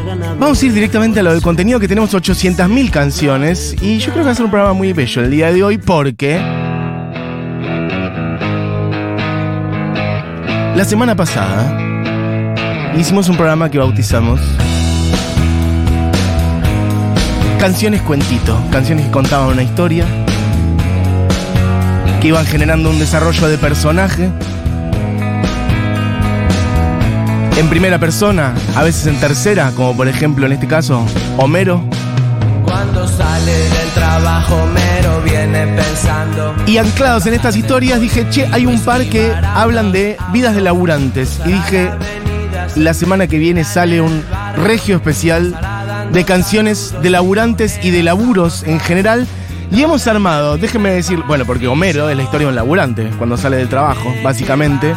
Vamos a ir directamente a lo del contenido, que tenemos 800.000 canciones. Y yo creo que va a ser un programa muy bello el día de hoy, porque la semana pasada hicimos un programa que bautizamos Canciones Cuentito. Canciones que contaban una historia, que iban generando un desarrollo de personaje en primera persona, a veces en tercera, como por ejemplo en este caso Homero. Cuando sale del trabajo Homero viene pensando. Y anclados en estas historias dije, che, hay un par que hablan de vidas de laburantes. Y dije, la semana que viene sale un regio especial de canciones de laburantes y de laburos en general. Y hemos armado, déjenme decir, bueno, porque Homero es la historia de un laburante cuando sale del trabajo, básicamente.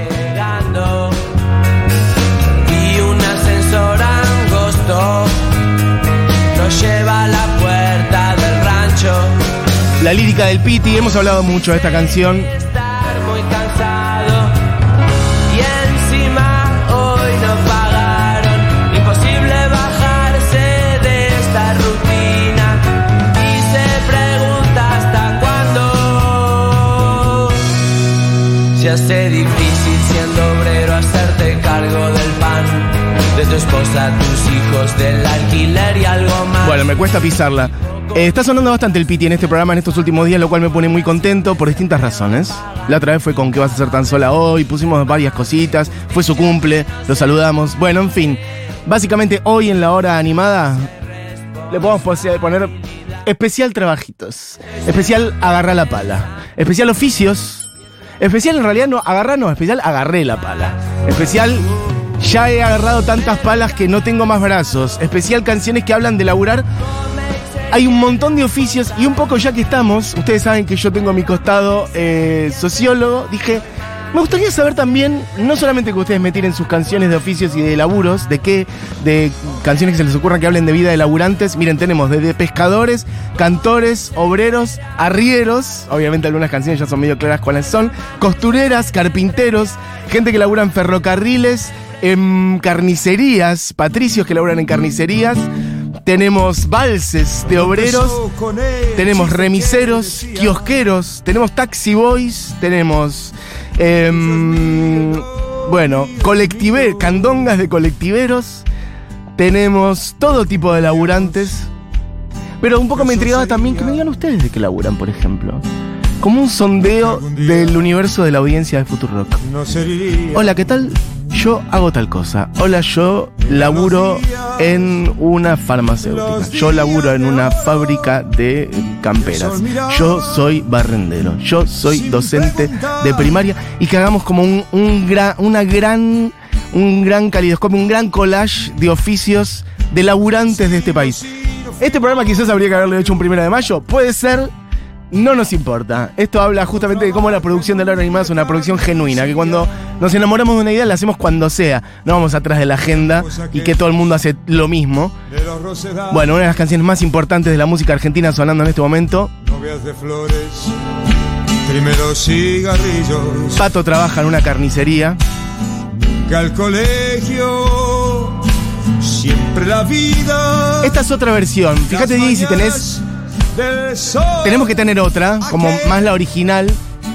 Y un ascensor angosto nos lleva a la puerta del rancho. La lírica del Piti, hemos hablado mucho de esta canción. Estar muy cansado y encima hoy no pagaron. Imposible bajarse de esta rutina y se pregunta hasta cuándo. Se hace difícil siendo obrero hacerte cargo del pan de tu esposa, tus hijos, del alquiler y algo más. Bueno, me cuesta pisarla. Está sonando bastante el Piti en este programa en estos últimos días, lo cual me pone muy contento por distintas razones. La otra vez fue con ¿Qué vas a hacer tan sola hoy? Pusimos varias cositas, fue su cumple, lo saludamos. Bueno, en fin, básicamente hoy en la hora animada le podemos poner especial trabajitos, especial agarrar la pala, especial oficios, especial en realidad no, agarrar no, especial agarré la pala, especial ya he agarrado tantas palas que no tengo más brazos, especial canciones que hablan de laburar. Hay un montón de oficios y un poco ya que estamos, ustedes saben que yo tengo a mi costado sociólogo, dije, me gustaría saber también, no solamente que ustedes me tiren sus canciones de oficios y de laburos, de canciones que se les ocurran que hablen de vida de laburantes. Miren, tenemos desde pescadores, cantores, obreros, arrieros, obviamente algunas canciones ya son medio claras cuáles son, costureras, carpinteros, gente que labura en ferrocarriles, en carnicerías, patricios que laburan en carnicerías. Tenemos valses de obreros, tenemos remiseros, kiosqueros, tenemos taxi boys, tenemos, candongas de colectiveros, tenemos todo tipo de laburantes. Pero un poco me intrigaba también que me digan ustedes de qué laburan, por ejemplo. Como un sondeo del universo de la audiencia de Futurock. Hola, ¿qué tal? Yo hago tal cosa. Hola, yo laburo en una farmacéutica. Yo laburo en una fábrica de camperas. Yo soy barrendero. Yo soy docente de primaria. Y que hagamos como un gran calidoscopio, un gran collage de oficios de laburantes de este país. Este programa quizás habría que haberlo hecho un 1 de mayo. Puede ser. No nos importa. Esto habla justamente de cómo la producción de la hora animada es una producción genuina, que cuando nos enamoramos de una idea la hacemos cuando sea. No vamos atrás de la agenda y que todo el mundo hace lo mismo. Bueno, una de las canciones más importantes de la música argentina sonando en este momento. Novias de flores, primero cigarrillos. Pato trabaja en una carnicería. Que al colegio siempre la vida. Esta es otra versión. Fíjate, Diego, si tenés... Tenemos que tener otra, como más la original,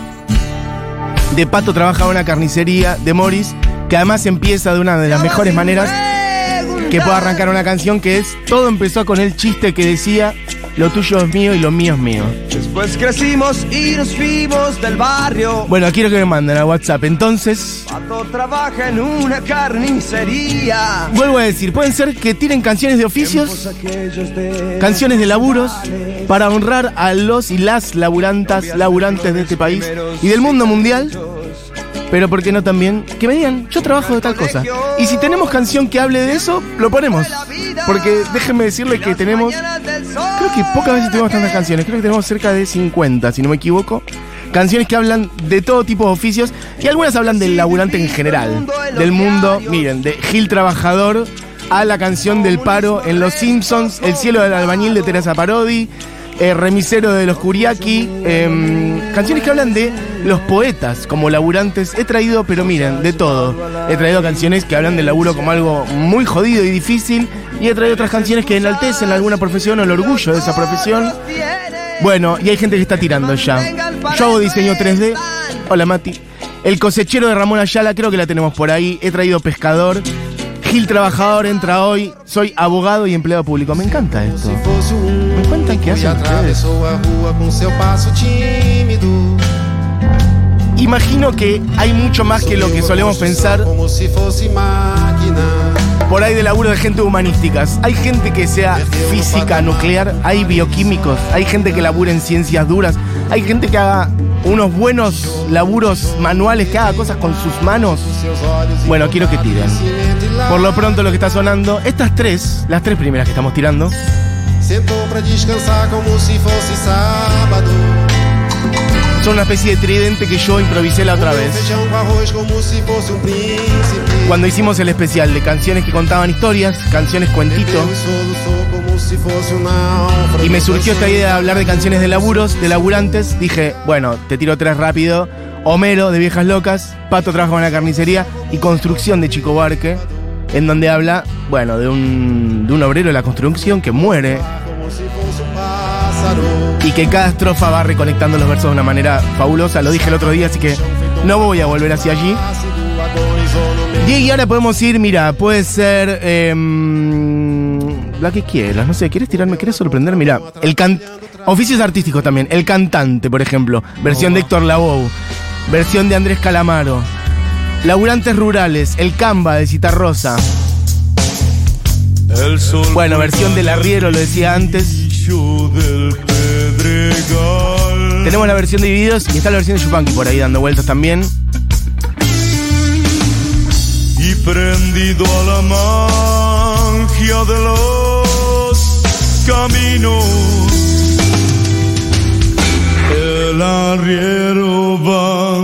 de Pato trabaja en una carnicería, de Morris, que además empieza de una de las mejores maneras que puede arrancar una canción, que es: todo empezó con el chiste que decía, lo tuyo es mío y lo mío es mío. Después crecimos y nos fuimos del barrio. Bueno, quiero que me manden a WhatsApp. Entonces, Pato trabaja en una carnicería. Vuelvo a decir, pueden ser que tiren canciones de oficios, canciones de laburos, para honrar a los y las laburantes de este país y del mundo mundial. Pero ¿por qué no también que me digan, yo trabajo de tal cosa? Y si tenemos canción que hable de eso, lo ponemos. Porque déjenme decirles que tenemos, creo que pocas veces tenemos tantas canciones. Creo que tenemos cerca de 50, si no me equivoco. Canciones que hablan de todo tipo de oficios. Y algunas hablan del laburante en general. Del mundo, miren, de Gil Trabajador a la canción del paro en Los Simpsons, El cielo del albañil de Teresa Parodi, Remisero de los Kuriaki, canciones que hablan de los poetas como laburantes. He traído, pero miren, de todo. He traído canciones que hablan del laburo como algo muy jodido y difícil, Y he traído otras canciones que enaltecen alguna profesión o el orgullo de esa profesión. Bueno, y hay gente que está tirando ya. Yo hago diseño 3D. Hola, Mati. El cosechero de Ramón Ayala, creo que la tenemos por ahí. He traído pescador. Gil Trabajador entra hoy. Soy abogado y empleado público. Me encanta esto. Me cuentan qué hacen ustedes. Imagino que hay mucho más que lo que solemos pensar por ahí de laburo de gente humanísticas. Hay gente que sea física nuclear, hay bioquímicos, hay gente que labura en ciencias duras, hay gente que haga unos buenos laburos manuales, que haga cosas con sus manos. Bueno, quiero que tiren. Por lo pronto lo que está sonando, estas tres, las tres primeras que estamos tirando, son una especie de tridente que yo improvisé la otra vez cuando hicimos el especial de canciones que contaban historias, canciones cuentito, y me surgió esta idea de hablar de canciones de laburos, de laburantes. Dije, bueno, te tiro tres rápido. Homero, de Viejas Locas, Pato trabaja en la carnicería, y Construcción, de Chico Buarque, en donde habla, bueno, de un obrero de la construcción que muere y que cada estrofa va reconectando los versos de una manera fabulosa. Lo dije el otro día, así que no voy a volver hacia allí. Y ahora podemos ir, mira, puede ser la que quieras, no sé, ¿quieres tirarme? ¿Quieres sorprender? Mira, oficios artísticos también. El Cantante, por ejemplo, versión de Héctor Lavoe, versión de Andrés Calamaro. Laburantes rurales, El Camba, de Citarrosa. Bueno, versión del Arriero, lo decía antes. Tenemos la versión de Divididos y está la versión de Yupanqui por ahí dando vueltas también. Y prendido a la magia de los caminos, el arriero va.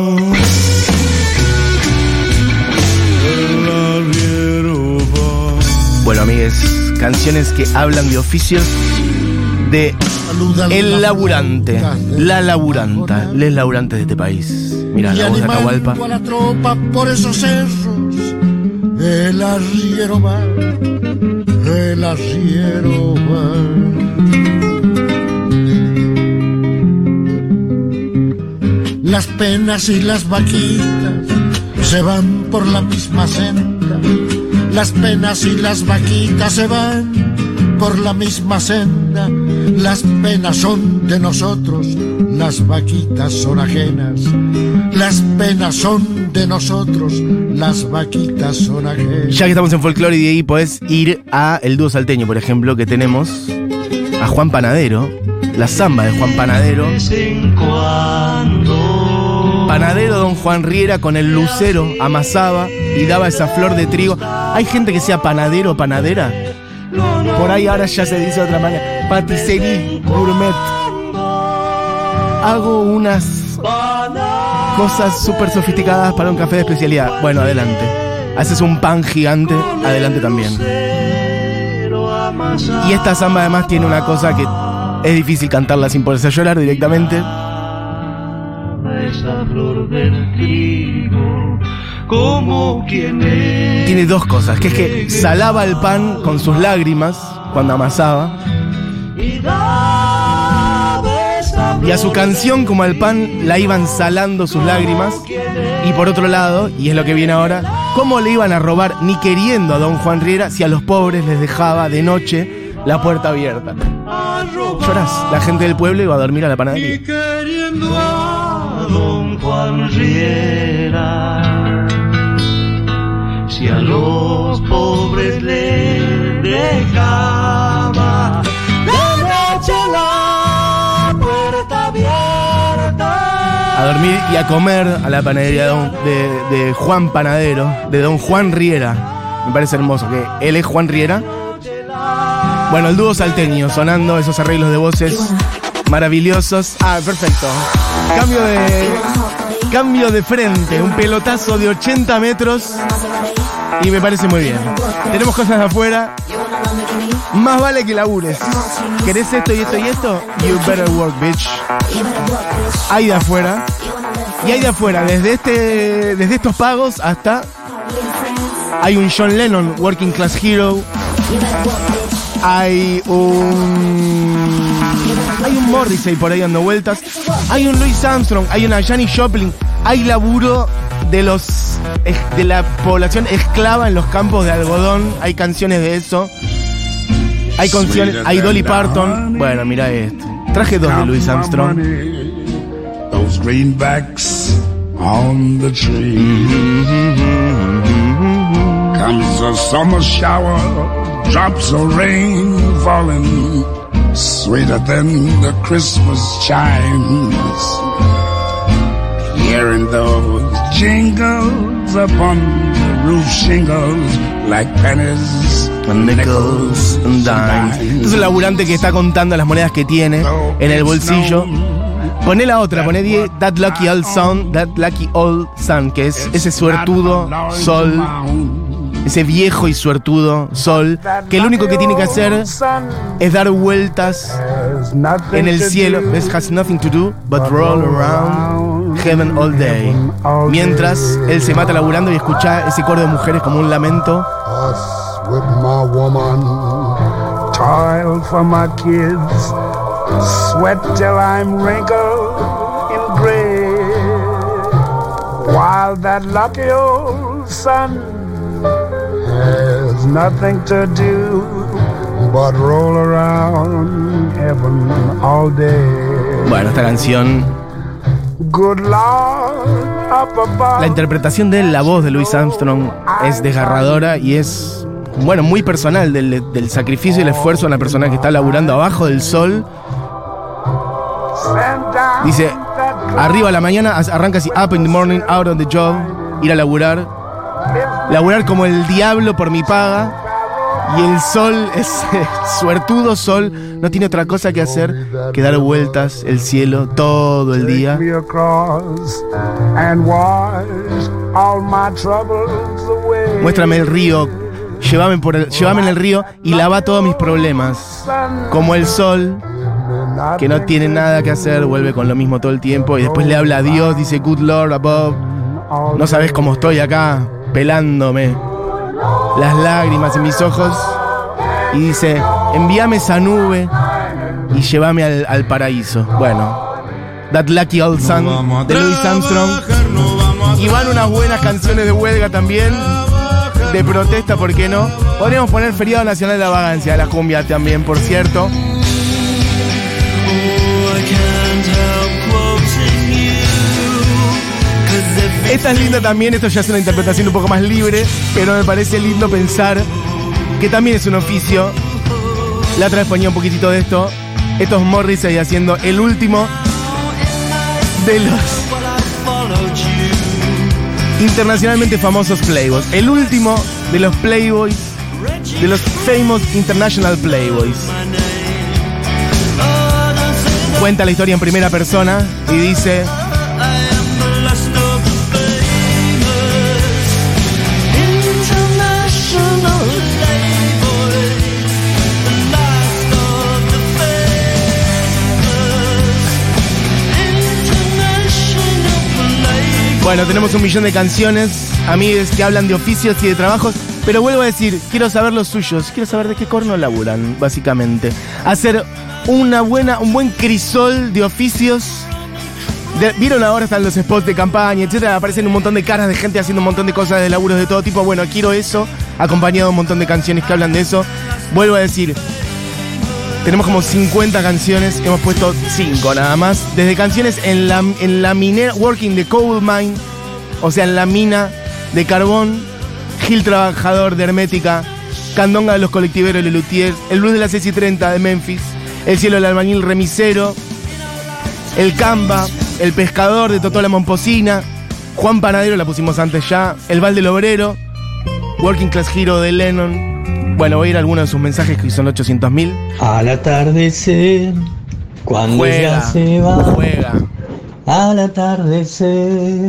El arriero va. Bueno, amigues, canciones que hablan de oficios de el laburante, la laburanta, les laburantes de este país. Mira, la voz de Atahualpa. A la tropa por esos cerros, el arriero va, el arriero va. Las penas y las vaquitas se van por la misma senda. Las penas y las vaquitas se van por la misma senda. Las penas son de nosotros, las vaquitas son ajenas. Las penas son de nosotros, las vaquitas son ajenas. Ya que estamos en folclore, y de ahí podés ir a el dúo salteño, por ejemplo, que tenemos a Juan Panadero, la samba de Juan Panadero. Panadero Don Juan Riera con el lucero amasaba y daba esa flor de trigo. Hay gente que sea panadero o panadera. Por ahí ahora ya se dice de otra manera. Patisserie gourmet. Hago unas cosas súper sofisticadas para un café de especialidad. Bueno, adelante. Haces un pan gigante, adelante también. Y esta samba además tiene una cosa que es difícil cantarla sin ponerse a llorar directamente. Tiene dos cosas, que es que salaba el pan con sus lágrimas cuando amasaba, y a su canción como al pan la iban salando sus lágrimas. Y por otro lado, y es lo que viene ahora, cómo le iban a robar ni queriendo a Don Juan Riera si a los pobres les dejaba de noche la puerta abierta. Llorás, la gente del pueblo iba a dormir a la panadería. Don Juan Riera, si a los pobres le dejaba de noche la puerta abierta. A dormir y a comer a la panadería de Juan Panadero, de Don Juan Riera. Me parece hermoso que él es Juan Riera. Bueno, el dúo salteño sonando esos arreglos de voces maravillosos. Ah, perfecto. Cambio de frente, un pelotazo de 80 metros y me parece muy bien. Tenemos cosas de afuera. Más vale que labures. ¿Querés esto y esto y esto? You better work, bitch. Hay de afuera. Y hay de afuera, desde estos pagos hasta... Hay un John Lennon, Working Class Hero. Hay un Morrissey por ahí dando vueltas. Hay un Louis Armstrong. Hay una Janis Joplin. Hay laburo de la población esclava en los campos de algodón. Hay canciones de eso. Hay canciones. Hay Dolly Parton. Bueno, mira esto. Traje dos de Louis Armstrong. Those greenbacks on the tree. Comes a summer shower, drops of rain falling, sweeter than the Christmas chimes. Hearing those jingles upon the roof shingles like pennies and nickels and dimes. Este es un laburante que está contando las monedas que tiene en el bolsillo. Poné la otra, poné That Lucky Old Sun, que es ese suertudo sol, ese viejo y suertudo sol, que lo único que tiene que hacer es dar vueltas en el cielo. This has nothing to do but roll around heaven all day. Mientras él se mata laburando y escucha ese coro de mujeres como un lamento. With my woman, toil for my kids, sweat till I'm wrinkled in gray, while that lucky old sun has nothing to do but roll around heaven all day. Bueno, esta canción, Good Lord, up above. la interpretación de la voz de Louis Armstrong es desgarradora y es, bueno, muy personal del sacrificio y el esfuerzo de una persona que está laburando abajo del sol. Dice, arriba a la mañana, arranca así, up in the morning, out on the job, ir a laburar como el diablo por mi paga, y el sol, ese suertudo sol, no tiene otra cosa que hacer que dar vueltas el cielo todo el día. Muéstrame el río, llévame en el río y lava todos mis problemas, como el sol que no tiene nada que hacer, vuelve con lo mismo todo el tiempo y después le habla a Dios, dice Good Lord above, no sabes cómo estoy acá pelándome las lágrimas en mis ojos, y dice, envíame esa nube y llévame al paraíso. Bueno, That Lucky Old Sun de Louis Armstrong. Y van unas buenas canciones de huelga también, de protesta, ¿por qué no? Podríamos poner Feriado Nacional de la Vagancia, la cumbia también, por cierto. Esta es linda también, esto ya es una interpretación un poco más libre, pero me parece lindo pensar que también es un oficio. La otra vez ponía un poquitito de esto. Estos Morrissey haciendo el último de los internacionalmente famosos Playboys. El último de los Playboys, de los famous International Playboys. Cuenta la historia en primera persona y dice: bueno, tenemos 1 millón de canciones, amigues, que hablan de oficios y de trabajos, pero vuelvo a decir, quiero saber los suyos, quiero saber de qué corno laburan, básicamente. Hacer un buen crisol de oficios. ¿Vieron ahora están los spots de campaña, etcétera? Aparecen un montón de caras de gente haciendo un montón de cosas, de laburos de todo tipo. Bueno, quiero eso, acompañado de un montón de canciones que hablan de eso. Vuelvo a decir, tenemos como 50 canciones, hemos puesto 5 nada más. Desde canciones en la minera, Working the Coal Mine, o sea, en la mina de carbón, Gil Trabajador de Hermética, Candonga de los Colectiveros de Lelutiers, El Blues de las 6:30 de Memphis, El Cielo del Albañil Remisero, El Camba, El Pescador de Totó la Momposina, Juan Panadero, la pusimos antes ya, El Val del Obrero, Working Class Hero de Lennon. Bueno, voy a ir a algunos de sus mensajes, que son 800.000. Al atardecer, cuando ya se va. Juega. Al atardecer.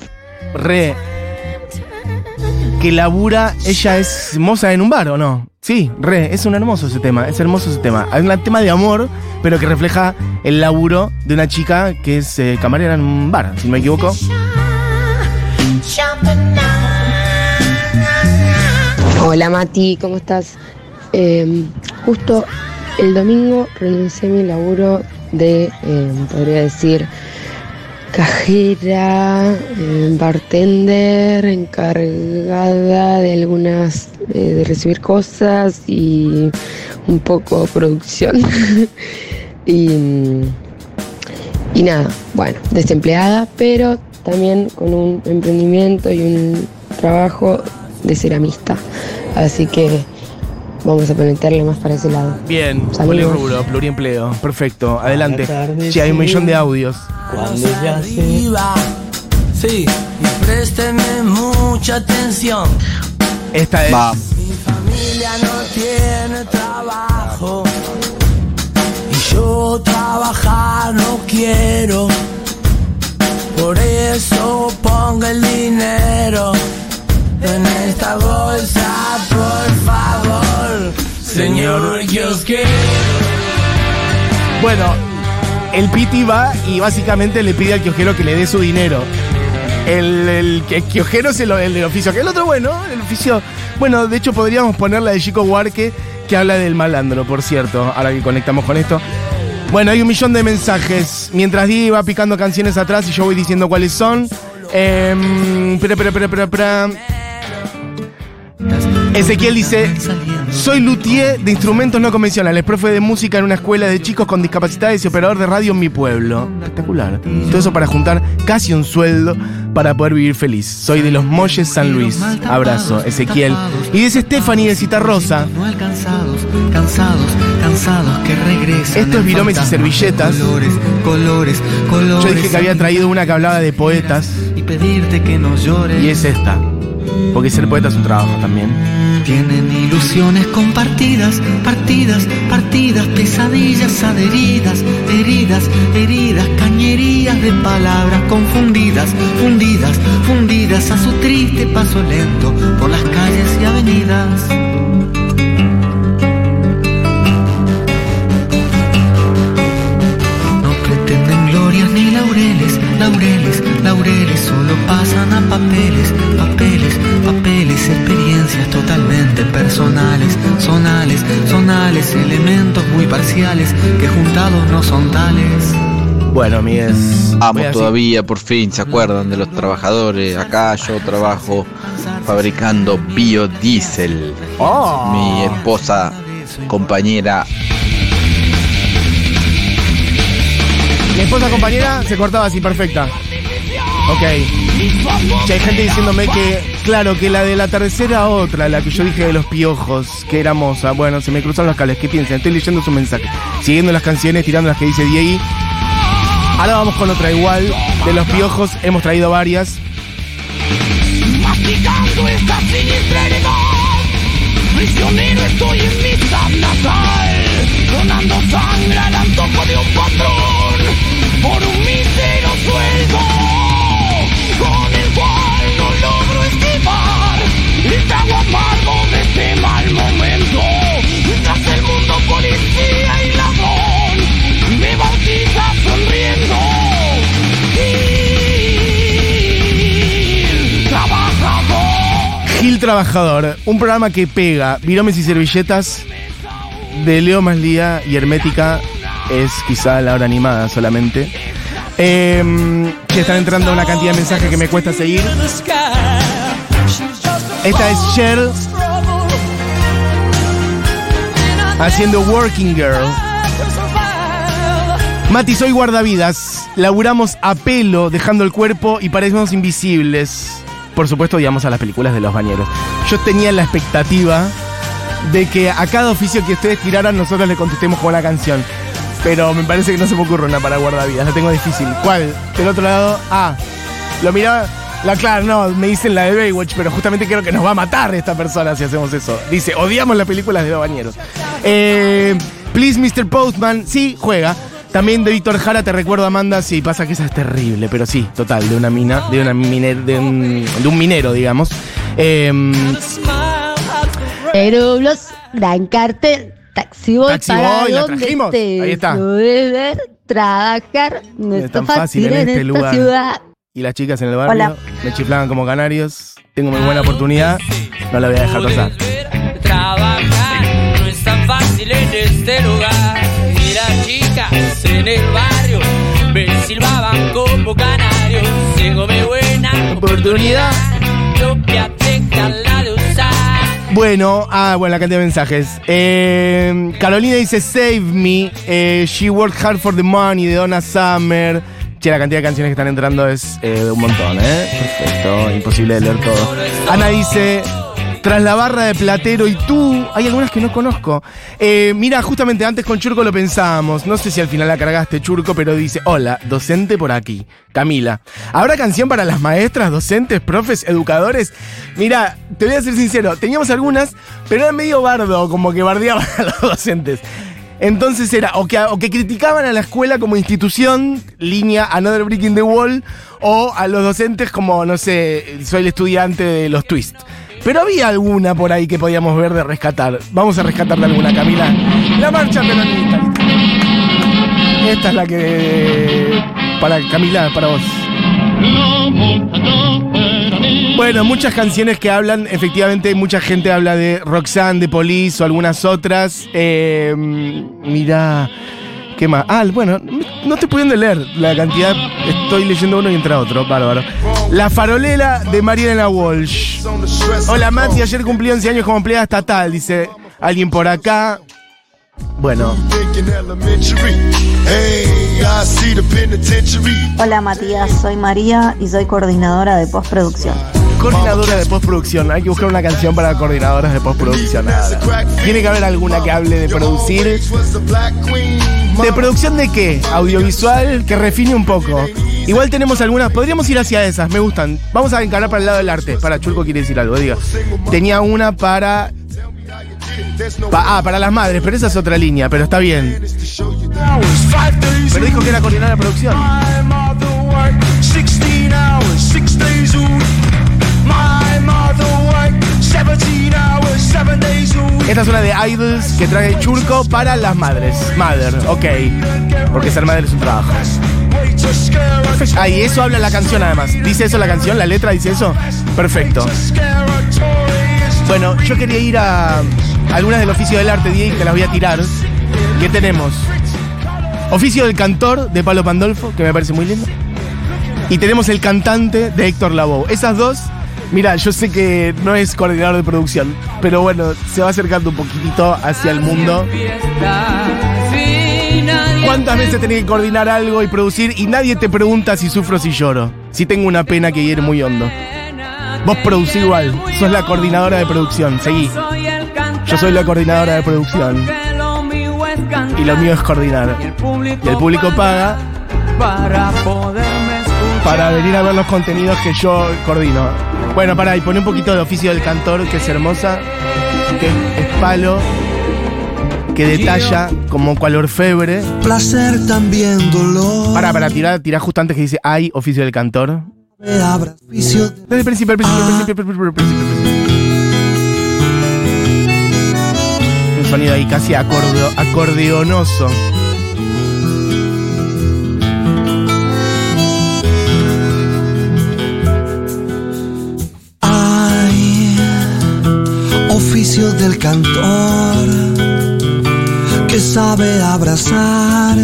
Que labura, ella es moza en un bar, ¿o no? Sí, es hermoso ese tema. Hay un tema de amor, pero que refleja el laburo de una chica que es camarera en un bar, si no me equivoco. Hola Mati, ¿cómo estás? Justo el domingo renuncié a mi laburo de, podría decir, cajera, bartender, encargada de algunas, de recibir cosas y un poco producción. y nada, bueno, desempleada, pero también con un emprendimiento y un trabajo de ceramista. Así que vamos a meterle más para ese lado. Bien, Saludos. polirrubro, pluriempleo. Perfecto, adelante. Sí, hay un millón de audios. Cuando ya se Sí, y présteme mucha atención. Esta es. Mi familia no tiene trabajo y yo trabajar no quiero. Por eso pongo el dinero en esta bolsa, por favor, señor kiosquero. Bueno, el Piti va y básicamente le pide al kiosquero que le dé su dinero. El kiosquero es el del oficio. Que el otro, bueno, el oficio. Bueno, de hecho podríamos poner la de Chico Huarque, que habla del malandro, por cierto, ahora que conectamos con esto. Bueno, hay un millón de mensajes. Mientras Di va picando canciones atrás y yo voy diciendo cuáles son. Ezequiel dice: soy luthier de instrumentos no convencionales, profe de música en una escuela de chicos con discapacidades y operador de radio en mi pueblo. Espectacular. Todo eso para juntar casi un sueldo para poder vivir feliz. Soy de Los Molles, San Luis. Abrazo, Ezequiel. Y dice Stephanie de Citarrosa: cansados que regresan. esto es Viromes y servilletas. Colores. Yo dije que había traído una que hablaba de poetas Y pedirte que no llores. y es esta. Porque ser poeta es un trabajo también. Tienen ilusiones compartidas, partidas, pesadillas adheridas, heridas, cañerías de palabras confundidas, fundidas a su triste paso lento por las calles y avenidas. No pretenden glorias ni laureles, solo pasan a papeles, experiencias totalmente personales, sonales, elementos muy parciales que juntados no son tales. Bueno, amigues. Amo todavía, por fin, ¿se acuerdan de los trabajadores? Acá yo trabajo fabricando biodiesel. Oh. Mi esposa, compañera. Mi esposa compañera se cortaba así, perfecta. Ok. Ya hay gente diciéndome que, claro, que la del atardecer era otra, la que yo dije de los piojos, que era moza. Bueno, se me cruzan los cables. ¿Qué piensan? Estoy leyendo su mensaje, siguiendo las canciones, tirando las que dice Diego. Ahora vamos con otra igual. De los piojos hemos traído varias. Masticando esta sinistralidad, prisionero estoy en mi sal natal, donando sangre al antojo de un patrón, por un mísero sueldo, con el cual no logro esquivar el trago amargo de este mal momento, mientras el mundo policía y ladrón me bautiza sonriendo. Gil Trabajador, un programa que pega. Viromes y servilletas de Leo Maslía y Hermética es quizá la hora animada solamente. Que están entrando una cantidad de mensajes que me cuesta seguir. Esta es Cher haciendo Working Girl. Mati, soy guardavidas. Laburamos a pelo, dejando el cuerpo y parecemos invisibles. Por supuesto, odiamos a las películas de los bañeros. Yo tenía la expectativa de que a cada oficio que ustedes tiraran nosotros le contestemos con la canción. Pero me parece que no se me ocurre una para guardavidas. La tengo difícil. ¿Cuál? Del otro lado. Lo miraba. Claro, no, me dicen la de Baywatch, pero justamente creo que nos va a matar esta persona si hacemos eso. Dice, odiamos las películas de los bañeros. Please, Mr. Postman. Sí, juega. También de Víctor Jara, Te recuerdo, Amanda. Sí, pasa que esa es terrible, pero sí, total, de una mina, de un minero, digamos. Aeroblos, Gran Cartel, Taxi Boy, para la donde trajimos. estés. Ahí está. Lo debes ver, trabajar, no es tan fácil en esta lugar. ciudad. Y las chicas en el barrio Hola. me chiflaban como canarios. Tengo muy buena oportunidad, no la voy a dejar pasar. Trabajar no es en el barrio me silbaban como canarios. Ciego de buena oportunidad, lo que afecta la de usar. Bueno, la cantidad de mensajes. Carolina dice Save Me, She Worked Hard for the Money de Donna Summer. Che, la cantidad de canciones que están entrando es un montón, Perfecto, imposible de leer todo. Ana dice Tras la barra de Platero y tú. Hay algunas que no conozco. Mira, justamente antes con Churco lo pensábamos. No sé si al final la cargaste, Churco, pero dice: hola, docente por aquí. Camila. ¿Habrá canción para las maestras, docentes, profes, educadores? Mira, te voy a ser sincero. Teníamos algunas, pero era medio bardo, como que bardeaban a los docentes. Entonces era o que criticaban a la escuela como institución, línea Another Brick in the Wall, o a los docentes como, no sé, soy el estudiante de los Twists. Pero había alguna por ahí que podíamos ver de rescatar. Vamos a rescatar de alguna, Camila. La marcha peronista. Esta es la que... para Camila, para vos. Bueno, muchas canciones que hablan, efectivamente, mucha gente habla de Roxanne, de Police o algunas otras. Mirá, ¿qué más? Bueno, no estoy pudiendo leer la cantidad, estoy leyendo uno y entra otro, bárbaro. La Farolera de Marielena Walsh. Hola Mati, ayer cumplí 11 años como empleada estatal, dice alguien por acá. Bueno. Hola Matías, soy María y soy coordinadora de postproducción. Coordinadora de postproducción, hay que buscar una canción para coordinadoras de postproducción. Tiene que haber alguna que hable de producir. ¿De producción de qué? Audiovisual, que refine un poco. Igual tenemos algunas, podríamos ir hacia esas, me gustan. Vamos a encarar para el lado del arte. Para, Churco quiere decir algo, diga. Tenía una para... para las madres, pero esa es otra línea, pero está bien. Pero dijo que era coordinadora de producción. Esta es una de Idols que trae Churco para las madres. Mother, ok. Porque ser madre es un trabajo. Y eso habla la canción además. ¿Dice eso la canción? ¿La letra dice eso? Perfecto. Bueno, yo quería ir a algunas del Oficio del Arte, Diego, que las voy a tirar. ¿Qué tenemos? Oficio del Cantor, de Pablo Pandolfo, que me parece muy lindo. Y tenemos El Cantante, de Héctor Lavoe. Esas dos, mira, yo sé que no es coordinador de producción, pero bueno, se va acercando un poquitito hacia el mundo. ¿Cuántas veces tenés que coordinar algo y producir y nadie te pregunta si sufro o si lloro? Si tengo una pena que hiere muy hondo. Vos producís igual, sos la coordinadora de producción, seguí. Yo soy la coordinadora de producción. Y lo mío es coordinar. Y el público paga para venir a ver los contenidos que yo coordino. Bueno, pará, y poné un poquito de Oficio del Cantor, que es hermosa, que es palo, que detalla como cual orfebre. Placer también dolor. Pará, tirá justo antes que dice hay Oficio del Cantor. Desde el principio. Un sonido ahí casi acordeonoso. Hay oficio del cantor que sabe abrazar.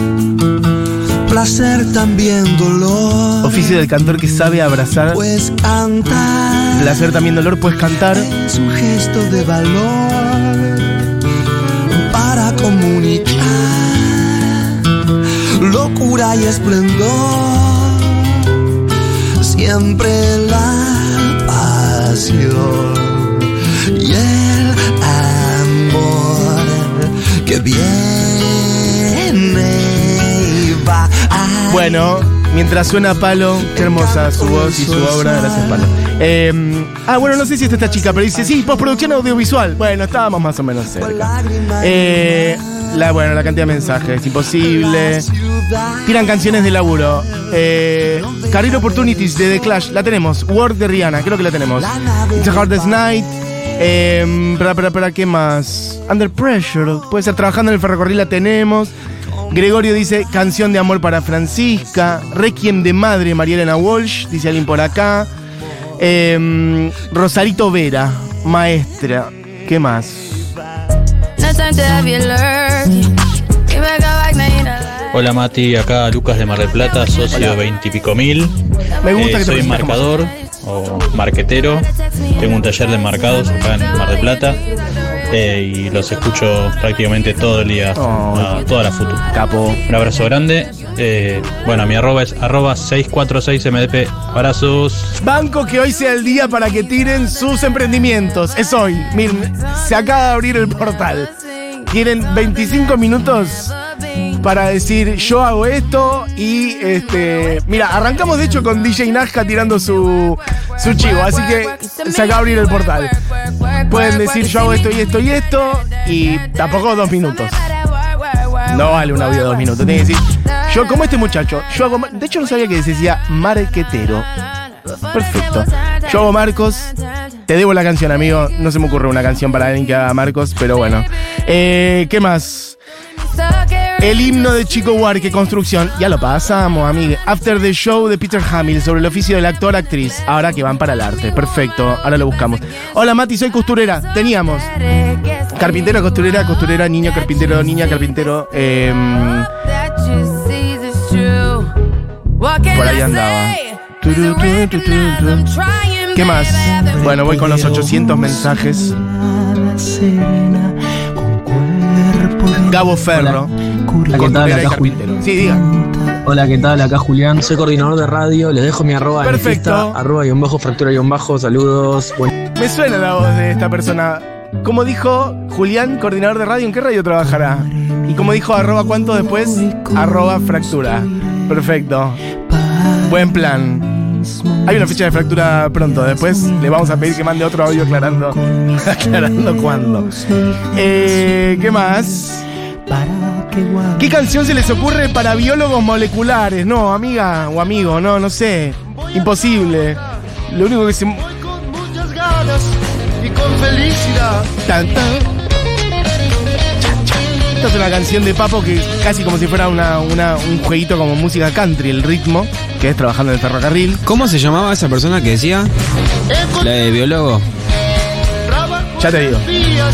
Placer también dolor. Oficio del cantor que sabe abrazar. Pues cantar. Placer también dolor, pues cantar. Es un gesto de valor para comunicar locura y esplendor. Siempre la pasión y el amor que viene. Bueno, mientras suena Palo, qué hermosa su voz y su obra, gracias Palo. Bueno, no sé si esta chica, pero dice, sí, postproducción audiovisual. Bueno, estábamos más o menos cerca. La cantidad de mensajes, imposible. Tiran canciones de laburo. Career Opportunities de The Clash, la tenemos. Work de Rihanna, creo que la tenemos. It's a Hardest Night. ¿Qué más? Under Pressure, puede ser Trabajando en el Ferrocarril, la tenemos. Gregorio dice, canción de amor para Francisca. Requiem de Madre, Marielena Walsh, dice alguien por acá. Rosarito Vera, Maestra. ¿Qué más? Hola Mati, acá Lucas de Mar del Plata, socio 20 y pico mil. Me gusta que te soy presentes como marcador o marquetero. Tengo un taller de marcados acá en Mar del Plata y los escucho prácticamente todo el día, toda la futu. Capo. Un abrazo grande. Bueno, mi arroba es @646mdp. Abrazos. Banco que hoy sea el día para que tiren sus emprendimientos. Es hoy. Miren, se acaba de abrir el portal. Tienen 25 minutos para decir yo hago esto y mira, arrancamos de hecho con DJ Nazca tirando su chivo, así que se acaba de abrir el portal. Pueden decir yo hago esto y esto y esto y tampoco 2 minutos. No vale un audio de 2 minutos. Tiene que decir yo como este muchacho, yo hago. De hecho no sabía que se decía marquetero. Perfecto. Yo hago Marcos. Te debo la canción, amigo. No se me ocurre una canción para alguien que haga Marcos, pero bueno. ¿Qué más? El himno de Chico Buarque, Construcción. Ya lo pasamos, amigue. After the Show de Peter Hamill sobre el oficio del actor-actriz. Ahora que van para el arte. Perfecto. Ahora lo buscamos. Hola, Mati, soy costurera. Teníamos carpintero, costurera, costurera, niño, carpintero, niña, carpintero. Por ahí andaba. ¿Qué más? Bueno, voy con los 800 mensajes. Gabo Ferro. Hola, ¿qué tal? Acá Julián. Sí, diga. Hola, ¿qué tal? Acá Julián. Soy coordinador de radio. Les dejo mi arroba. Perfecto. @_fractura_. Saludos. Me suena la voz de esta persona. Como dijo Julián, coordinador de radio, ¿en qué radio trabajará? Y como dijo, ¿cuánto después? @fractura. Perfecto. Buen plan. Hay una fecha de fractura pronto. Después le vamos a pedir que mande otro audio aclarando cuándo. ¿Qué más? ¿Qué canción se les ocurre para biólogos moleculares? No, amiga o amigo, no sé. Imposible. Lo único que se... Con muchas ganas y con felicidad. Tan, tan. Esta es una canción de Papo que casi como si fuera un jueguito como música country, el ritmo, que es trabajando en el ferrocarril. ¿Cómo se llamaba esa persona que decía? La de biólogo. Ya te digo.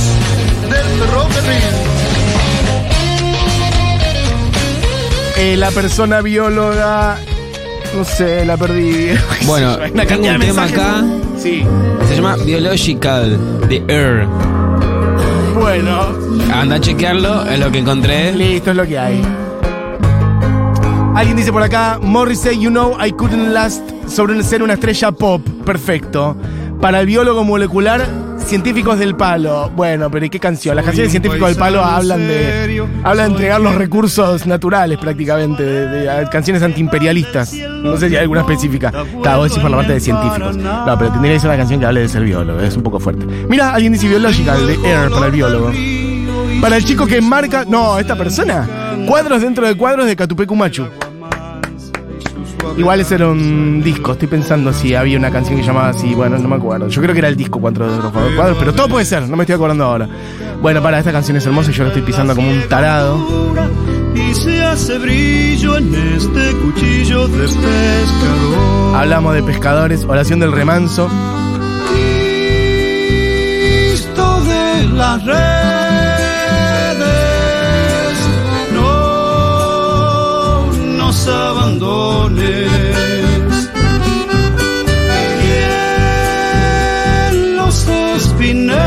La persona bióloga, no sé, la perdí. Bueno, tengo un tema acá. Sí. Se llama Biological, de Air. Bueno. Anda a chequearlo, es lo que encontré. Listo, es lo que hay. Alguien dice por acá, Morrissey, you know I couldn't last, sobre ser una estrella pop. Perfecto. Para el biólogo molecular, científicos del palo. Bueno, pero ¿y qué canción? Las canciones de científicos del palo hablan de entregar los recursos naturales prácticamente, de canciones antiimperialistas. No sé si hay alguna específica. Claro, vos decís por la parte de científicos. No, pero tendría que ser una canción que hable de ser biólogo, es un poco fuerte. Mira, alguien dice Biological, de Air, para el biólogo. Para el chico que marca... No, esta persona. Cuadros dentro de cuadros de Catupecu Machu. Igual ese era un disco, estoy pensando si había una canción que llamaba así, bueno, no me acuerdo. Yo creo que era el disco Cuadros de cuadros, pero todo puede ser, no me estoy acordando ahora. Bueno, esta canción es hermosa y yo la estoy pisando como un tarado. Y se hace brillo en este cuchillo de pescador. Hablamos de pescadores, oración del remanso. Cristo de las redes, no nos abandones. Y en los espineles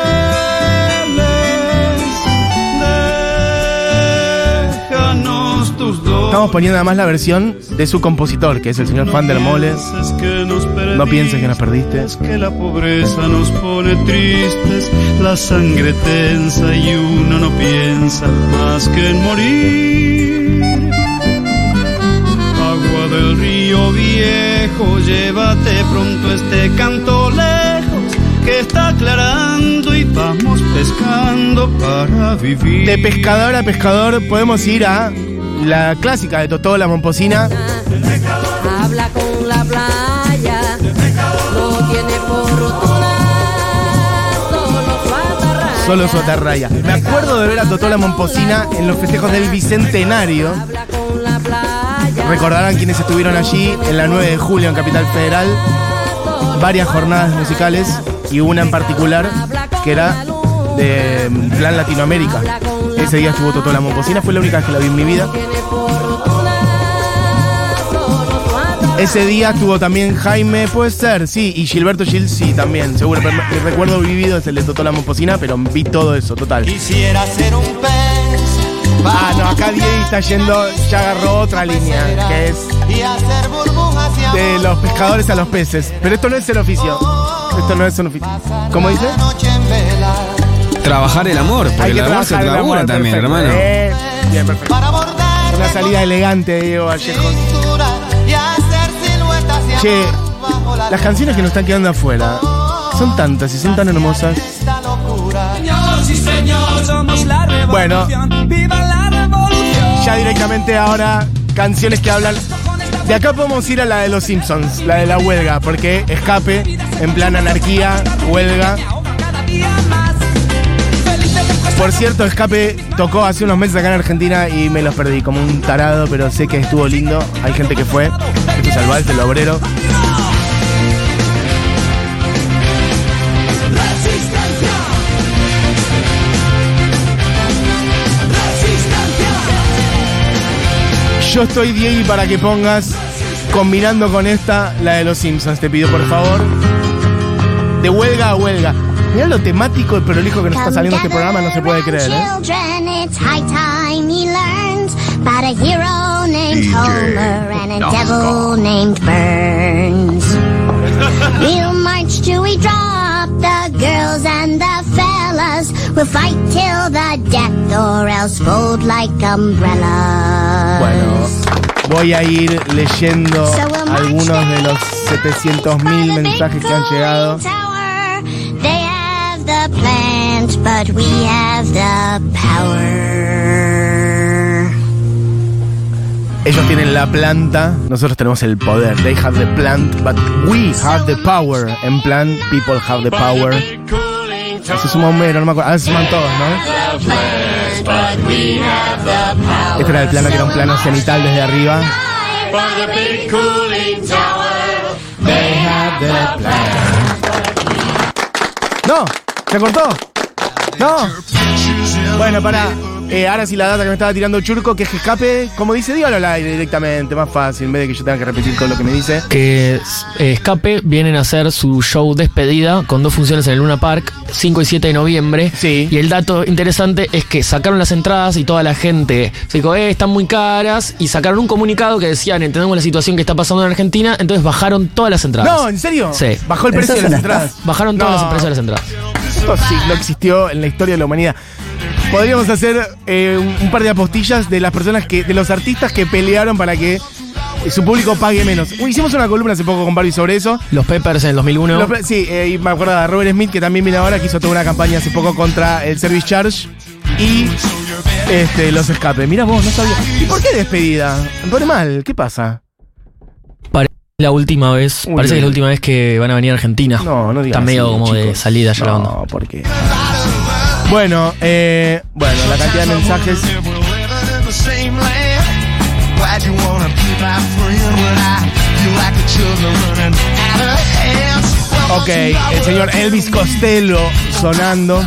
déjanos tus dones. Estamos poniendo además la versión de su compositor, que es el señor Fan del Mole. No pienses que nos perdiste. Es que la pobreza nos pone tristes, la sangre tensa y uno no piensa más que en morir. Agua del río viejo, llévate pronto este canto lejos, que está aclarando y vamos pescando para vivir. De pescador a pescador podemos ir a la clásica de Totó, la Momposina. Habla con la playa, no tiene por rotura, solo su atarraya. Me acuerdo de ver a Totó, la Momposina en los festejos del Bicentenario. Recordarán quienes estuvieron allí en la 9 de julio en Capital Federal. Varias jornadas musicales y una en particular que era de Plan Latinoamérica. Ese día estuvo Totó la Momposina, fue la única vez que la vi en mi vida. Ese día estuvo también Jaime, puede ser, sí, y Gilberto Gil, sí, también, seguro. Pero el recuerdo vivido es el de Totó la Momposina, pero vi todo eso, total. Quisiera ser un pez. Ah, no, acá Diego está yendo, ya agarró otra línea, que es de los pescadores a los peces. Pero esto no es el oficio. Esto no es un oficio. ¿Cómo dice? Trabajar el amor, porque el amor se labura también, perfecto. hermano. Bien, perfecto. Una salida elegante de Diego Vallejo. Che, las canciones que nos están quedando afuera son tantas y son tan hermosas. Bueno, ya directamente ahora canciones que hablan. De acá podemos ir a la de los Simpsons, la de la huelga, porque Escape, en plan anarquía, huelga. Por cierto, Escape tocó hace unos meses acá en Argentina y me los perdí como un tarado, pero sé que estuvo lindo. Hay gente que fue. Esto es Albalce, el obrero. Yo estoy, Diego, para que pongas, combinando con esta, la de los Simpsons. Te pido, por favor. De huelga a huelga. Mirá lo temático y prolijo que nos está saliendo este programa, no se puede creer, ¿eh? We'll march till we drop the girls and the fellas. We'll fight till the death or else fold like umbrellas. Bueno, voy a ir leyendo algunos de los 700.000 mensajes que han llegado. They have the plant, but we have the power. Ellos tienen la planta, nosotros tenemos el poder. They have the plant, but we have the power. En plan, people have the power. Se suma Homero, no me acuerdo. Ah, se suman todos, ¿no? Este era el plano, que era un plano cenital desde arriba. ¡No! ¿Se cortó? ¡No! Bueno, pará. Ahora sí la data que me estaba tirando Churco, que es que Escape, como dice, dígalo al aire directamente, más fácil, en vez de que yo tenga que repetir todo lo que me dice. Que Escape vienen a hacer su show despedida con 2 funciones en el Luna Park, 5 y 7 de noviembre. Sí. Y el dato interesante es que sacaron las entradas y toda la gente se dijo, están muy caras, y sacaron un comunicado que decían, entendemos la situación que está pasando en Argentina, entonces bajaron todas las entradas. No, ¿en serio? Sí. ¿Bajó el precio de las entradas? Bajaron todos los precios de las entradas. Esto sí no existió en la historia de la humanidad. Podríamos hacer un par de apostillas de las personas de los artistas que pelearon para que su público pague menos. Hicimos una columna hace poco con Barbie sobre eso. Los Peppers en el 2001. Sí, y me acuerdo de Robert Smith, que también viene ahora, que hizo toda una campaña hace poco contra el Service Charge y los Escape. Mira vos, no sabía. ¿Y por qué despedida? Me pone mal, ¿qué pasa? La última vez, parece que es la última vez que van a venir a Argentina. No digas. Está medio así, como chicos. de salida ya la onda. No, ¿por qué? Bueno, la cantidad de mensajes. Ok, el señor Elvis Costello sonando.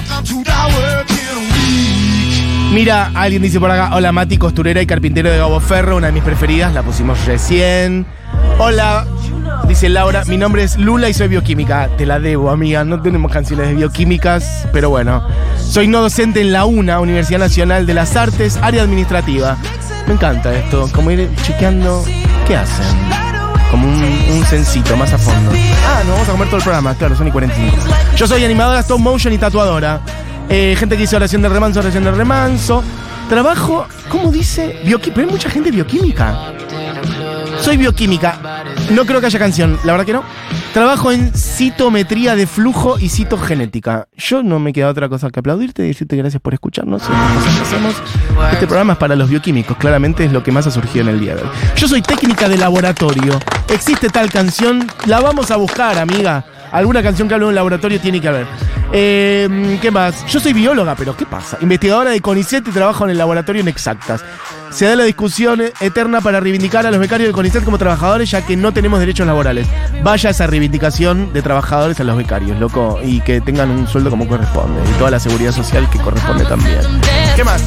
Mira, alguien dice por acá, hola Mati, costurera y carpintero de Gabo Ferro, una de mis preferidas, la pusimos recién. Hola, dice Laura, mi nombre es Lula y soy bioquímica. Te la debo, amiga, no tenemos canciones de bioquímicas, pero bueno. Soy no docente en la UNA, Universidad Nacional de las Artes, área administrativa. Me encanta esto, como ir chequeando qué hacen. Como un censito más a fondo. Ah, no, vamos a comer todo el programa, claro, son y 45. Yo soy animadora, stop motion y tatuadora. Gente que dice oración de remanso. Trabajo, ¿cómo dice? Pero hay mucha gente bioquímica. Soy bioquímica. No creo que haya canción, la verdad que no. Trabajo en citometría de flujo y citogenética. Yo no me queda otra cosa que aplaudirte y decirte gracias por escucharnos. Este programa es para los bioquímicos, claramente es lo que más ha surgido en el día de hoy. Yo soy técnica de laboratorio. Existe tal canción, la vamos a buscar, amiga. Alguna canción que hablo en un laboratorio tiene que haber. ¿Qué más? Yo soy bióloga, pero ¿qué pasa? Investigadora de CONICET y trabajo en el laboratorio en Exactas. Se da la discusión eterna para reivindicar a los becarios de CONICET como trabajadores, ya que no tenemos derechos laborales. Vaya esa reivindicación de trabajadores a los becarios, loco, y que tengan un sueldo como corresponde, y toda la seguridad social que corresponde también. ¿Qué más?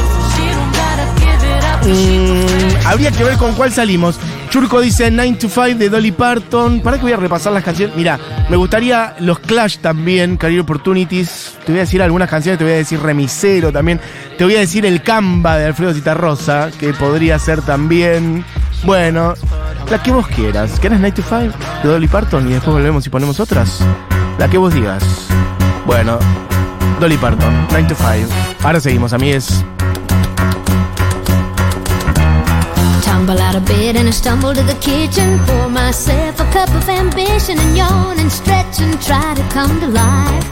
Habría que ver con cuál salimos. Churco dice 9 to 5 de Dolly Parton. ¿Para qué voy a repasar las canciones? Mirá, me gustaría los Clash también, Career Opportunities. Te voy a decir algunas canciones, te voy a decir Remisero también. Te voy a decir El Camba de Alfredo Zitarrosa, que podría ser también. Bueno, la que vos quieras. ¿Querés 9 to 5 de Dolly Parton? Y después volvemos y ponemos otras. La que vos digas. Bueno, Dolly Parton, 9 to 5. Ahora seguimos, amigues. Tumble out of bed and I stumble to the kitchen. Pour myself a cup of ambition and yawn and stretch and try to come to life.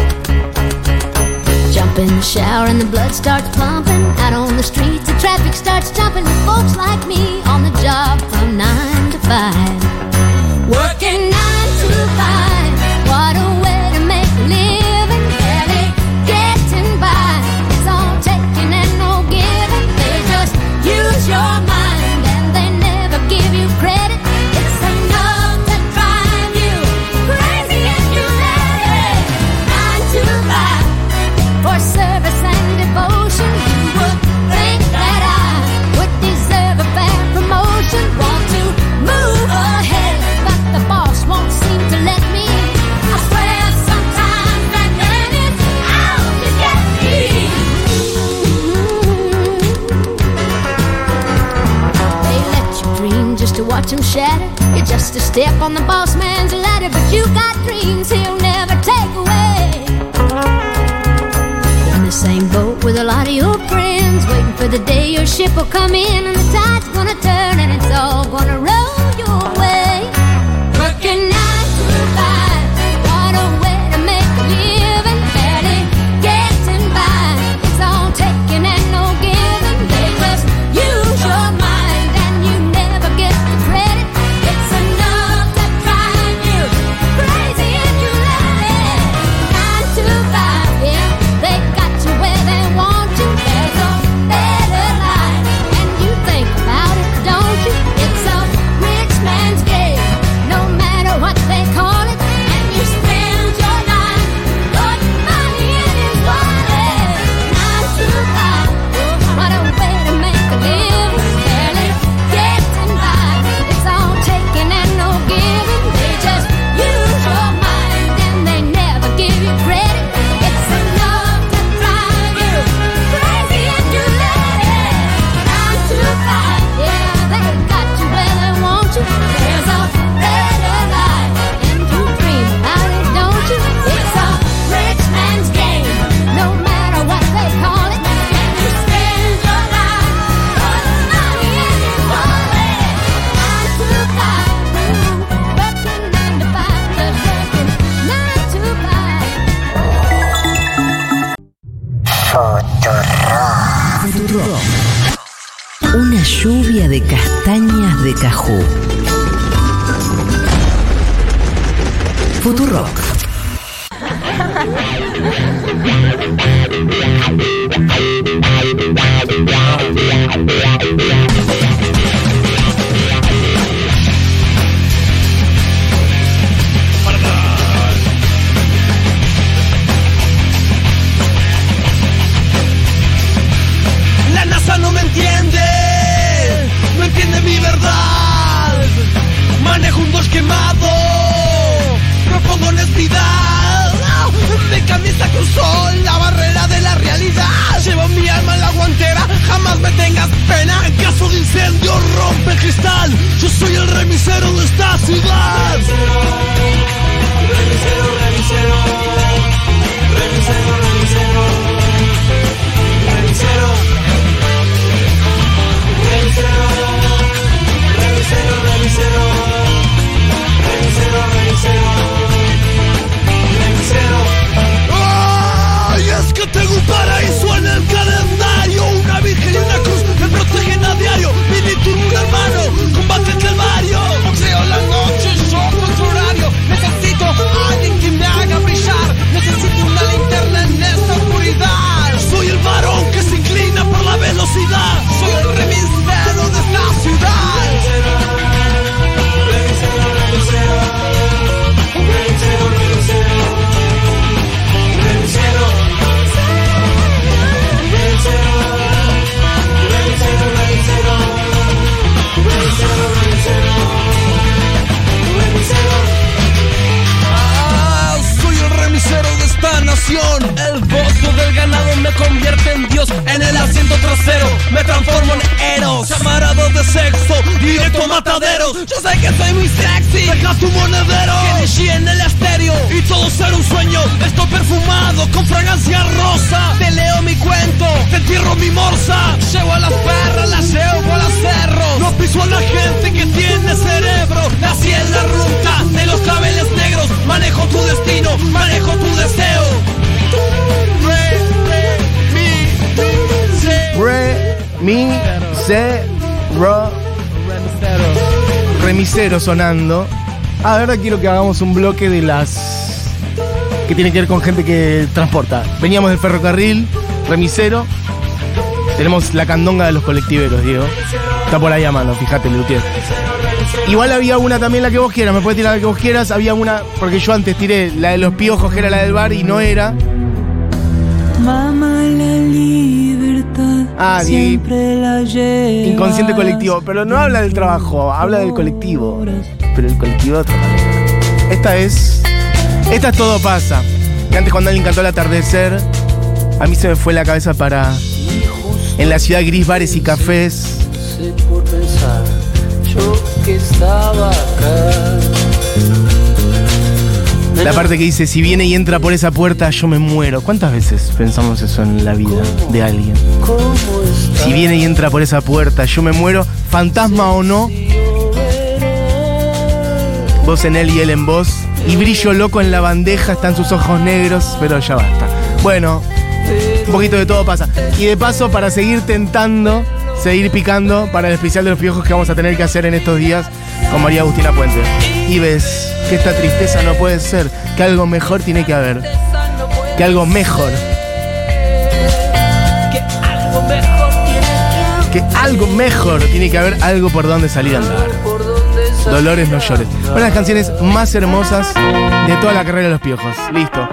Jump in the shower and the blood starts pumping. Out on the streets the traffic starts jumping with folks like me on the job from 9 to 5. Working 9 to 5. What a way to make a living. Barely getting by. It's all taking and no giving. They just use your mind. Give you credit, it's enough to drive you crazy if you let it. 9 to 5 for service and devotion. You would think that I would deserve a fair promotion. Want to move ahead, but the boss won't seem to let me. I swear sometimes that man is out to get me. They let you dream just to watch him shatter. You're just a step on the boss man's ladder, but you got dreams he'll never take away. In the same boat with a lot of your friends, waiting for the day your ship will come in and the tide's gonna turn and it's all gonna roll your way. Working 9 to 5, what a way to make a living. Barely getting by, it's all taking and no giving. They just use your mind and you never get the credit. It's enough to drive you crazy if you let it. 9 to 5, yeah, they got you where they want you. There's a better life, and you think about it, don't you? It's a rich man's game, no matter what they call it. And you spend your life putting money in his wallet. 9 to 5, what a way to make a living. Barely getting by, it's all taking and no giving. They just use your mind and they never give you credit. It's enough to drive you crazy if you let it. 9 to 5, yeah, they got you where they want you. There's a better life, and you dream about it, don't you? It's a rich man's game, no matter what they call it. And you spend your life putting money in his wallet. 9 to 5, working 9 to 5, just working 9 to 5. Futurock. Una lluvia de castañas de cajú. Futurock. La NASA no me entiende mi verdad. Manejo un Dodge quemado, propongo honestidad. Mi camisa cruzó la barrera de la realidad. Llevo mi alma en la guantera, jamás me tengas pena. En caso de incendio rompe el cristal. Yo soy el remisero de esta ciudad. Remisero, remisero, remisero, remisero, remisero, remisero, remisero, remisero, remisero, remisero, remisero, remisero. ¡Ay! Es que tengo un paraíso en el calendario, una virgen y una cruz me protegen a diario. Mini turbo, un hermano, combate el calvario. Boxeo la noche, yo con su horario. Necesito Yo sé que soy muy sexy. Deja tu monedero que en el estéreo y todo ser un sueño. Estoy perfumado con fragancia rosa. Te leo mi cuento, te entierro mi morsa. Llevo a las perras, las llevo a los cerros. No piso a la gente que tiene cerebro. Nací en la ruta de los claveles negros. Manejo tu destino, manejo tu deseo. Remisero sonando. Ahora quiero que hagamos un bloque de las que tiene que ver con gente que transporta. Veníamos del ferrocarril, remisero. Tenemos la candonga de los colectiveros, Diego. Está por ahí a mano, fíjate, Lutier. Igual había una también, la que vos quieras, me puedes tirar la que vos quieras. Había una, porque yo antes tiré la de los piojos, que era la del bar, y no era. Mamá, la libertad siempre la lleva. Inconsciente colectivo, pero no habla del trabajo, habla del colectivo. Pero el colectivo de otra manera. Esta es Todo Pasa. Que antes, cuando alguien cantó El Atardecer, a mí se me fue la cabeza para En la ciudad gris, bares y cafés. No sé por pensar, yo que estaba acá. La parte que dice, si viene y entra por esa puerta, yo me muero. ¿Cuántas veces pensamos eso en la vida de alguien? Si viene y entra por esa puerta, yo me muero. Fantasma o no. Vos en él y él en vos. Y brillo loco en la bandeja, están sus ojos negros. Pero ya basta. Bueno, un poquito de Todo Pasa. Y de paso, para seguir tentando, seguir picando para el especial de los piojos que vamos a tener que hacer en estos días con María Agustina Puente. Y ves que esta tristeza no puede ser, que algo mejor tiene que haber, que algo mejor, que algo mejor tiene que haber, algo por donde salir a andar. Dolores, no llores. Una de las canciones más hermosas de toda la carrera de los piojos. Listo.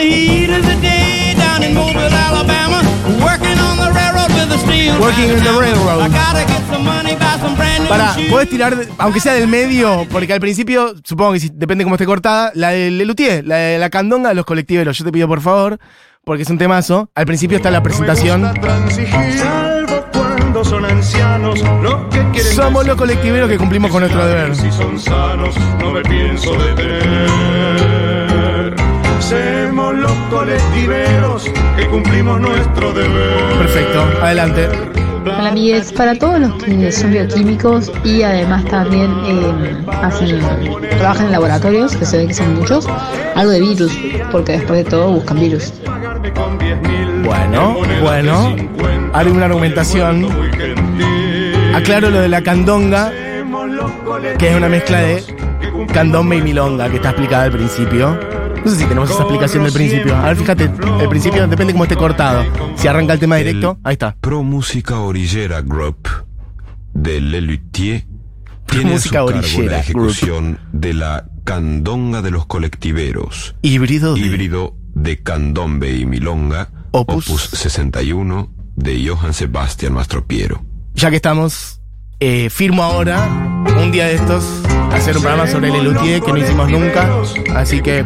Working in the railroad. Pará, podés tirar, aunque sea del medio, porque al principio, supongo que depende cómo esté cortada, la de Lelutier, la de la candonga de los colectiveros. Yo te pido por favor, porque es un temazo. Al principio está la presentación. Son ancianos, somos los colectiveros que cumplimos con nuestro deber. Si son sanos, no me pienso detener. Somos los colectiveros que cumplimos nuestro deber. Perfecto, adelante. Hola amigues, para todos los que son bioquímicos y además también trabajan en laboratorios, que se ve que son muchos, algo de virus, porque después de todo buscan virus. Bueno, haré una argumentación. Aclaro lo de la candonga, que es una mezcla de candombe y milonga, que está explicada al principio. No sé si tenemos esa explicación del principio. A ver, fíjate, el principio depende cómo esté cortado. Si arranca el tema directo, ahí está. Pro Música Orillera Group de Lelutier tiene a su cargo la ejecución de la candonga de los colectiveros. Híbrido de candombe y milonga. Opus 61 de Johann Sebastian Mastropiero. Ya que estamos, firmo ahora, un día de estos, hacer un programa sobre Lelutier que no hicimos nunca. Así que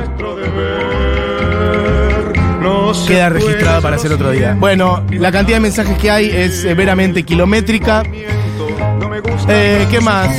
queda registrado para hacer otro día. Bueno, la cantidad de mensajes que hay es veramente kilométrica. ¿Qué más?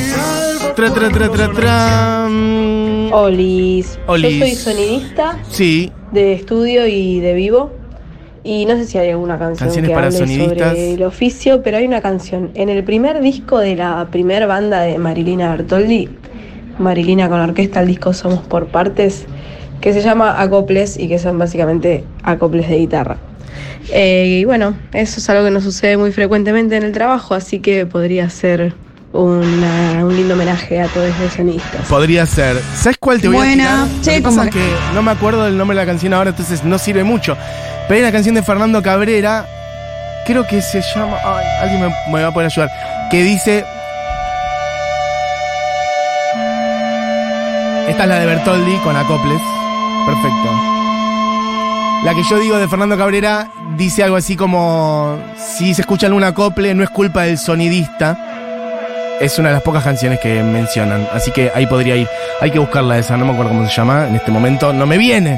Olis. Yo soy sonidista. Sí. De estudio y de vivo. Y no sé si hay alguna canción que hable sobre el oficio, pero hay una canción. En el primer disco de la primer banda de Marilina Bertoldi, Marilina con orquesta, el disco Somos por Partes, que se llama Acoples y que son básicamente acoples de guitarra. Y bueno, eso es algo que nos sucede muy frecuentemente en el trabajo, así que podría ser un lindo homenaje a todos los sonistas. Podría ser. ¿Sabes cuál te voy a tirar? Sí, como que no me acuerdo del nombre de la canción ahora, entonces no sirve mucho. Pero hay una canción de Fernando Cabrera, creo que se llama... Ay, alguien me va a poder ayudar. Que dice... Esta es la de Bertoldi con acoples. Perfecto. La que yo digo de Fernando Cabrera dice algo así como... Si se escucha algún acople, no es culpa del sonidista. Es una de las pocas canciones que mencionan, así que ahí podría ir. Hay que buscarla esa, no me acuerdo cómo se llama. En este momento no me viene.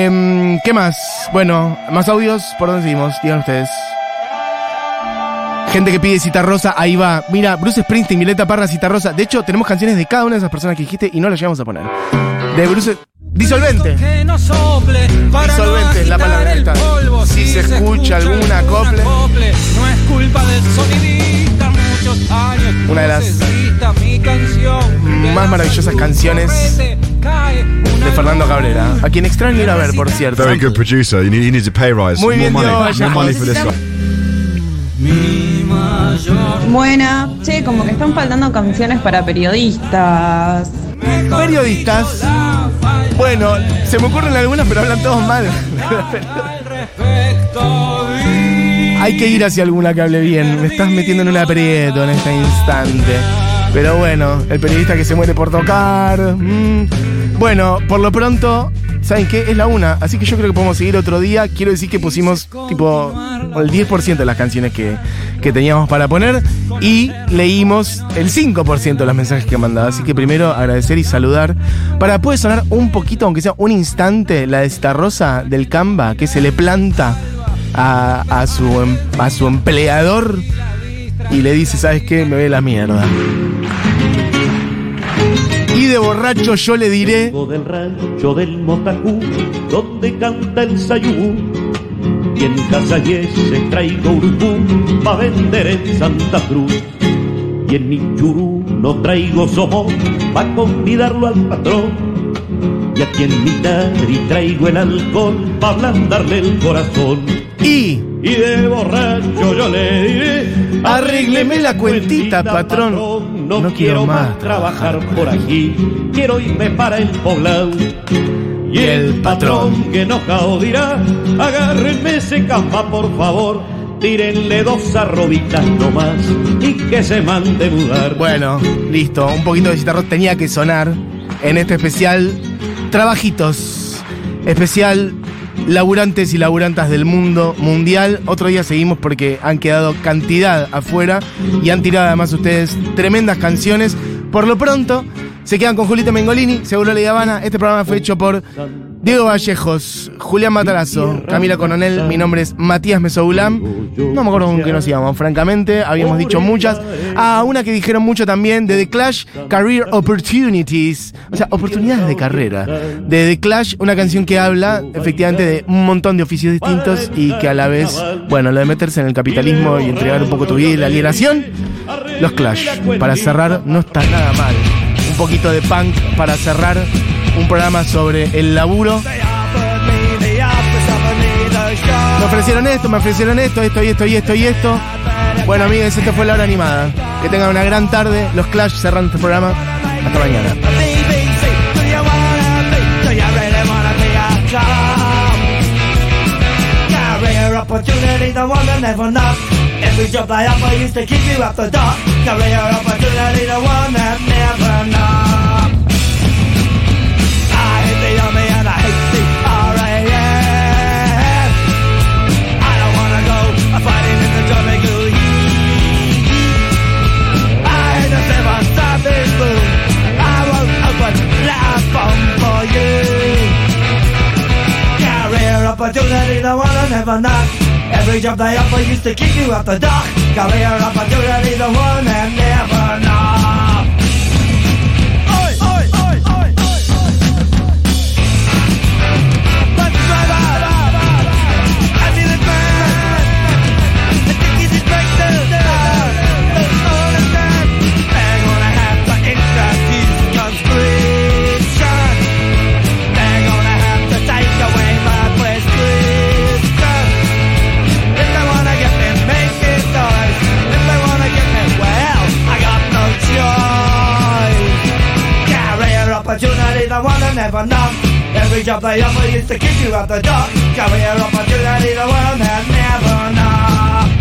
¿Qué más? Bueno, más audios. ¿Por dónde seguimos? Digan ustedes. Gente que pide Citarrosa, ahí va. Mira, Bruce Springsteen, Violeta Parra, Citarrosa. De hecho, tenemos canciones de cada una de esas personas que dijiste y no las llegamos a poner. De Bruce... Disolvente. Disolvente es la palabra esta. Si se escucha alguna acople. No es culpa del sonidista, muchos años. Una de las más maravillosas canciones de Fernando Cabrera, a quien extraño ir a ver, por cierto. Very good producer. He needs a pay rise. Muy bien, more money for this one. Buena. Che, como que están faltando canciones para periodistas. Periodistas. Bueno, se me ocurren algunas, pero hablan todos mal. Hay que ir hacia alguna que hable bien. Me estás metiendo en un aprieto en este instante. Pero bueno, el periodista que se muere por tocar. Bueno, por lo pronto, ¿saben qué? Es la 1, así que yo creo que podemos seguir otro día. Quiero decir que pusimos tipo el 10% de las canciones que teníamos para poner y leímos el 5% de los mensajes que mandaba. Así que primero agradecer y saludar. Para poder sonar un poquito, aunque sea un instante, la de Citarrosa del Camba, que se le planta a su empleador y le dice, ¿sabes qué? Me ve la mierda. Y de borracho yo le diré: del rancho del Motacú, donde canta el sayú, y en Casayeses traigo urucú pa' vender en Santa Cruz, y en Michurú no traigo somo pa' convidarlo al patrón, y aquí en Mitari traigo el alcohol pa' ablandarle el corazón. Y de borracho yo le diré: arrégleme la cuentita, patrón. No quiero más trabajar por aquí, quiero irme para el poblado. Y el patrón que enojado dirá: agárrenme ese camba por favor, tírenle 2 arrobitas nomás y que se mande mudar. Bueno, listo, un poquito de Citarrosa tenía que sonar en este especial Trabajitos, especial laburantes y laburantas del mundo mundial. Otro día seguimos porque han quedado cantidad afuera y han tirado además ustedes tremendas canciones. Por lo pronto se quedan con Julieta Mengolini, Seguro La Habana. Este programa fue hecho por Diego Vallejos, Julián Matarazo, Camila Coronel. Mi nombre es Matías Mesoulam. No me acuerdo con qué nos íbamos, francamente. Habíamos dicho muchas. Una que dijeron mucho también, de The Clash, Career Opportunities. O sea, oportunidades de carrera. De The Clash, una canción que habla efectivamente de un montón de oficios distintos y que a la vez, bueno, lo de meterse en el capitalismo y entregar un poco tu vida y la alienación. Los Clash, para cerrar, no está nada mal. Un poquito de punk para cerrar un programa sobre el laburo. Me ofrecieron esto, esto y esto. Bueno, amigos, esto fue La Hora Animada. Que tengan una gran tarde. Los Clash cerrando este programa. Hasta mañana. Opportunity, the one that never knocked. Every job I offer used to keep you at the dock. Career opportunity, the one that never knocked. I hate the army and I hate the RAF. I don't wanna go fighting in the jungle. I hate the 7-7 boom. I won't open that bomb for you. Career opportunity, the one that never knocked. Every job they offer used to keep you at the dock. Career opportunity, the one that never knocked. Oi, oi, oi, oi, oi, oi. Let's drive out. I feel it burn. The ticket is break down. All the time. They're gonna have to introduce conscription. They're gonna have to take away my prescription. Opportunity, the one that never knocked. Every job they offer used to keep you at the dock. Career opportunity, the one that never knocked.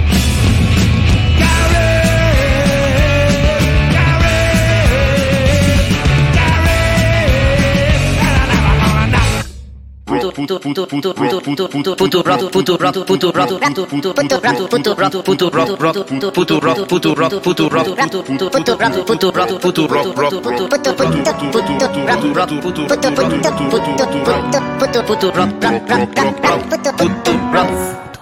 Put